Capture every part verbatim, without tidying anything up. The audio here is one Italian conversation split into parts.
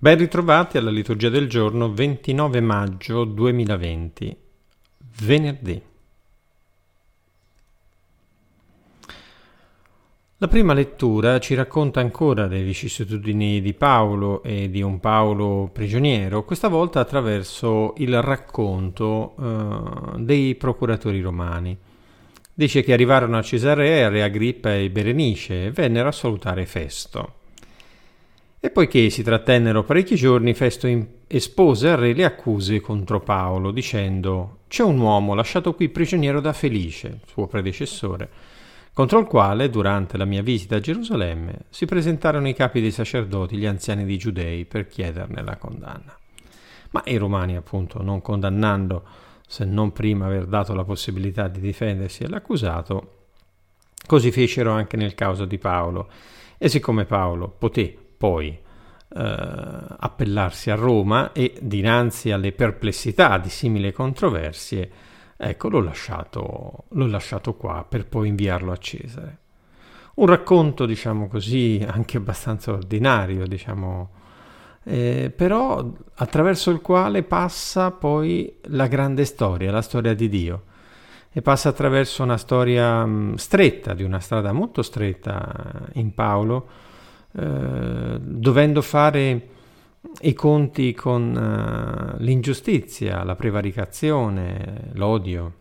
Ben ritrovati alla liturgia del giorno ventinove maggio duemilaventi, venerdì. La prima lettura ci racconta ancora delle vicissitudini di Paolo e di un Paolo prigioniero, questa volta attraverso il racconto eh, dei procuratori romani. Dice che arrivarono a Cesarea Re Agrippa e Berenice e vennero a salutare Festo. E poiché si trattennero parecchi giorni, Festo espose al re le accuse contro Paolo, dicendo: «C'è un uomo lasciato qui prigioniero da Felice, suo predecessore, contro il quale, durante la mia visita a Gerusalemme, si presentarono i capi dei sacerdoti, gli anziani dei Giudei, per chiederne la condanna». Ma i romani, appunto, non condannando, se non prima aver dato la possibilità di difendersi all'accusato, così fecero anche nel caso di Paolo. E siccome Paolo poté poi eh, appellarsi a Roma e dinanzi alle perplessità di simili controversie, ecco, l'ho lasciato, l'ho lasciato qua per poi inviarlo a Cesare. Un racconto, diciamo così, anche abbastanza ordinario, diciamo, eh, però attraverso il quale passa poi la grande storia, la storia di Dio. E passa attraverso una storia mh, stretta, di una strada molto stretta in Paolo, Eh, dovendo fare i conti con uh, l'ingiustizia, la prevaricazione, l'odio.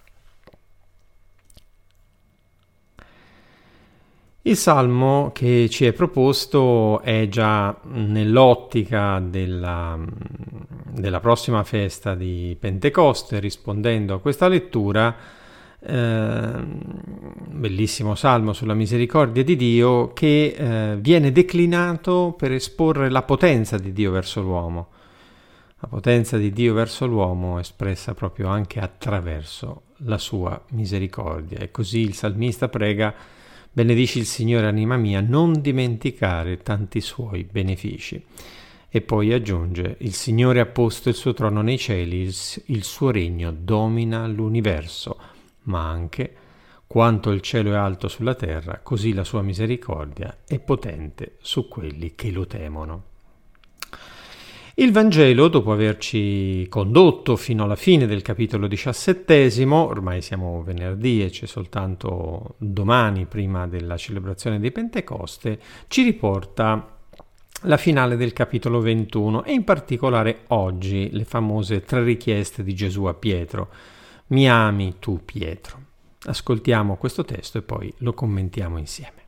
Il salmo che ci è proposto è già nell'ottica della, della prossima festa di Pentecoste, rispondendo a questa lettura. Eh, bellissimo salmo sulla misericordia di Dio che eh, viene declinato per esporre la potenza di Dio verso l'uomo, la potenza di Dio verso l'uomo espressa proprio anche attraverso la sua misericordia. E così il salmista prega: benedici il Signore, anima mia, non dimenticare tanti suoi benefici. E poi aggiunge: il Signore ha posto il suo trono nei cieli, il, il suo regno domina l'universo. Ma anche, quanto il cielo è alto sulla terra, così la sua misericordia è potente su quelli che lo temono. Il Vangelo, dopo averci condotto fino alla fine del capitolo diciassettesimo, ormai siamo venerdì e c'è soltanto domani prima della celebrazione di Pentecoste, ci riporta la finale del capitolo ventuno e in particolare oggi le famose tre richieste di Gesù a Pietro. Mi ami tu, Pietro? Ascoltiamo questo testo e poi lo commentiamo insieme.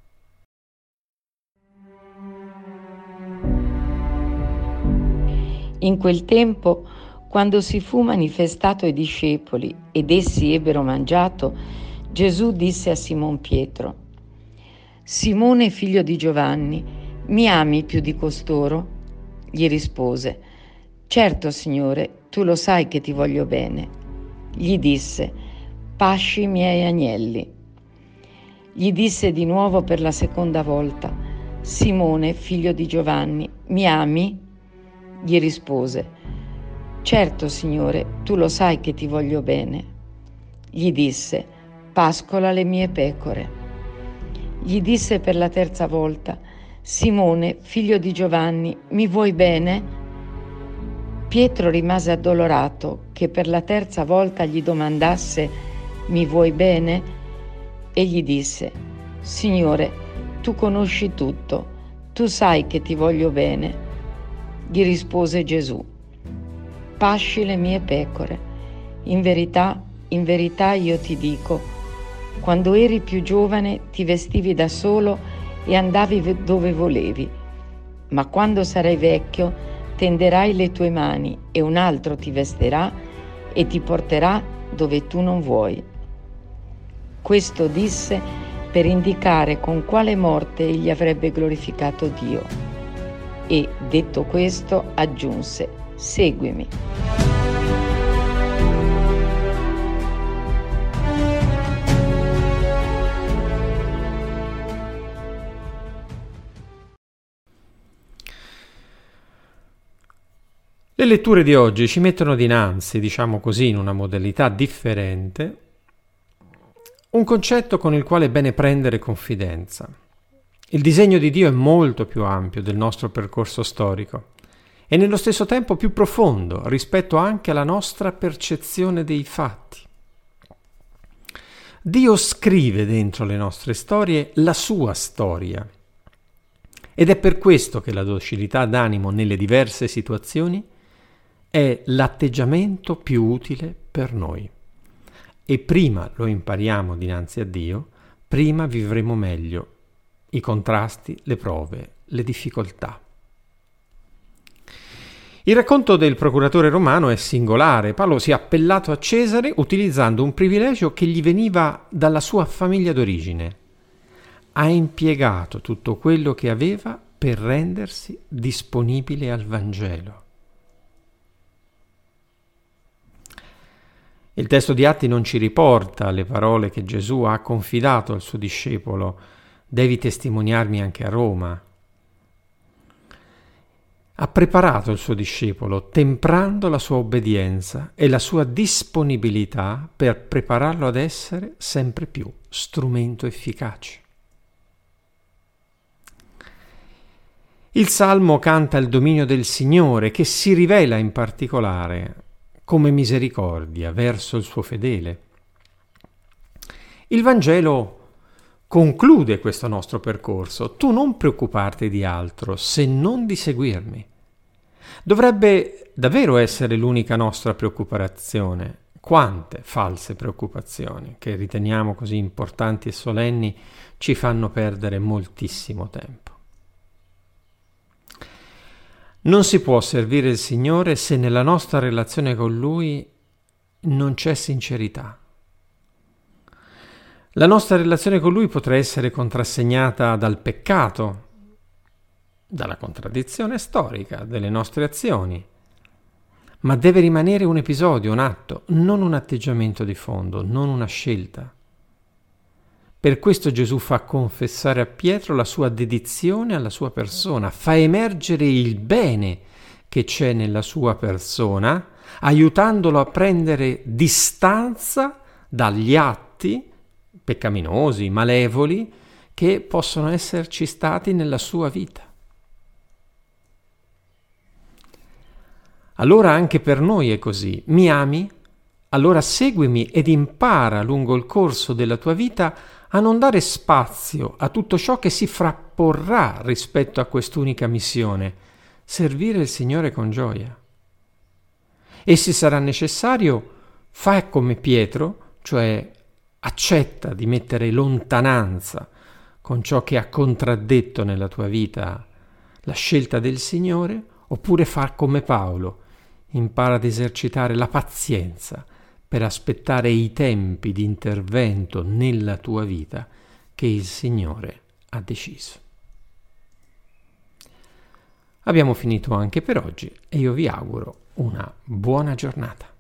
In quel tempo, quando si fu manifestato ai discepoli ed essi ebbero mangiato, Gesù disse a Simon Pietro: Simone, figlio di Giovanni, mi ami più di costoro? Gli rispose: Certo, Signore, tu lo sai che ti voglio bene. Gli disse: pasci i miei agnelli. Gli disse di nuovo per la seconda volta: Simone, figlio di Giovanni, mi ami? Gli rispose: Certo, Signore, tu lo sai che ti voglio bene. Gli disse: pascola le mie pecore. Gli disse per la terza volta: Simone, figlio di Giovanni, mi vuoi bene? Pietro rimase addolorato che per la terza volta gli domandasse: mi vuoi bene? E gli disse: Signore, tu conosci tutto, tu sai che ti voglio bene. Gli rispose Gesù: pasci le mie pecore. In verità, in verità io ti dico, quando eri più giovane ti vestivi da solo e andavi dove volevi, ma quando sarai vecchio tenderai le tue mani e un altro ti vesterà e ti porterà dove tu non vuoi. Questo disse per indicare con quale morte egli avrebbe glorificato Dio. E, detto questo, aggiunse: seguimi. Le letture di oggi ci mettono dinanzi, diciamo così, in una modalità differente, un concetto con il quale è bene prendere confidenza. Il disegno di Dio è molto più ampio del nostro percorso storico e nello stesso tempo più profondo rispetto anche alla nostra percezione dei fatti. Dio scrive dentro le nostre storie la sua storia ed è per questo che la docilità d'animo nelle diverse situazioni è l'atteggiamento più utile per noi. E prima lo impariamo dinanzi a Dio, prima vivremo meglio i contrasti, le prove, le difficoltà. Il racconto del procuratore romano è singolare. Paolo si è appellato a Cesare utilizzando un privilegio che gli veniva dalla sua famiglia d'origine. Ha impiegato tutto quello che aveva per rendersi disponibile al Vangelo. Il testo di Atti non ci riporta le parole che Gesù ha confidato al suo discepolo: devi testimoniarmi anche a Roma. Ha preparato il suo discepolo, temprando la sua obbedienza e la sua disponibilità per prepararlo ad essere sempre più strumento efficace. Il Salmo canta il dominio del Signore, che si rivela in particolare come misericordia verso il suo fedele. Il Vangelo conclude questo nostro percorso. Tu non preoccuparti di altro se non di seguirmi. Dovrebbe davvero essere l'unica nostra preoccupazione. Quante false preoccupazioni, che riteniamo così importanti e solenni, ci fanno perdere moltissimo tempo. Non si può servire il Signore se nella nostra relazione con Lui non c'è sincerità. La nostra relazione con Lui potrà essere contrassegnata dal peccato, dalla contraddizione storica delle nostre azioni, ma deve rimanere un episodio, un atto, non un atteggiamento di fondo, non una scelta. Per questo Gesù fa confessare a Pietro la sua dedizione alla sua persona, fa emergere il bene che c'è nella sua persona, aiutandolo a prendere distanza dagli atti peccaminosi, malevoli, che possono esserci stati nella sua vita. Allora anche per noi è così. Mi ami? Allora seguimi ed impara lungo il corso della tua vita a non dare spazio a tutto ciò che si frapporrà rispetto a quest'unica missione, servire il Signore con gioia. E se sarà necessario, fai come Pietro, cioè accetta di mettere lontananza con ciò che ha contraddetto nella tua vita la scelta del Signore, oppure fa come Paolo, impara ad esercitare la pazienza per aspettare i tempi di intervento nella tua vita che il Signore ha deciso. Abbiamo finito anche per oggi e io vi auguro una buona giornata.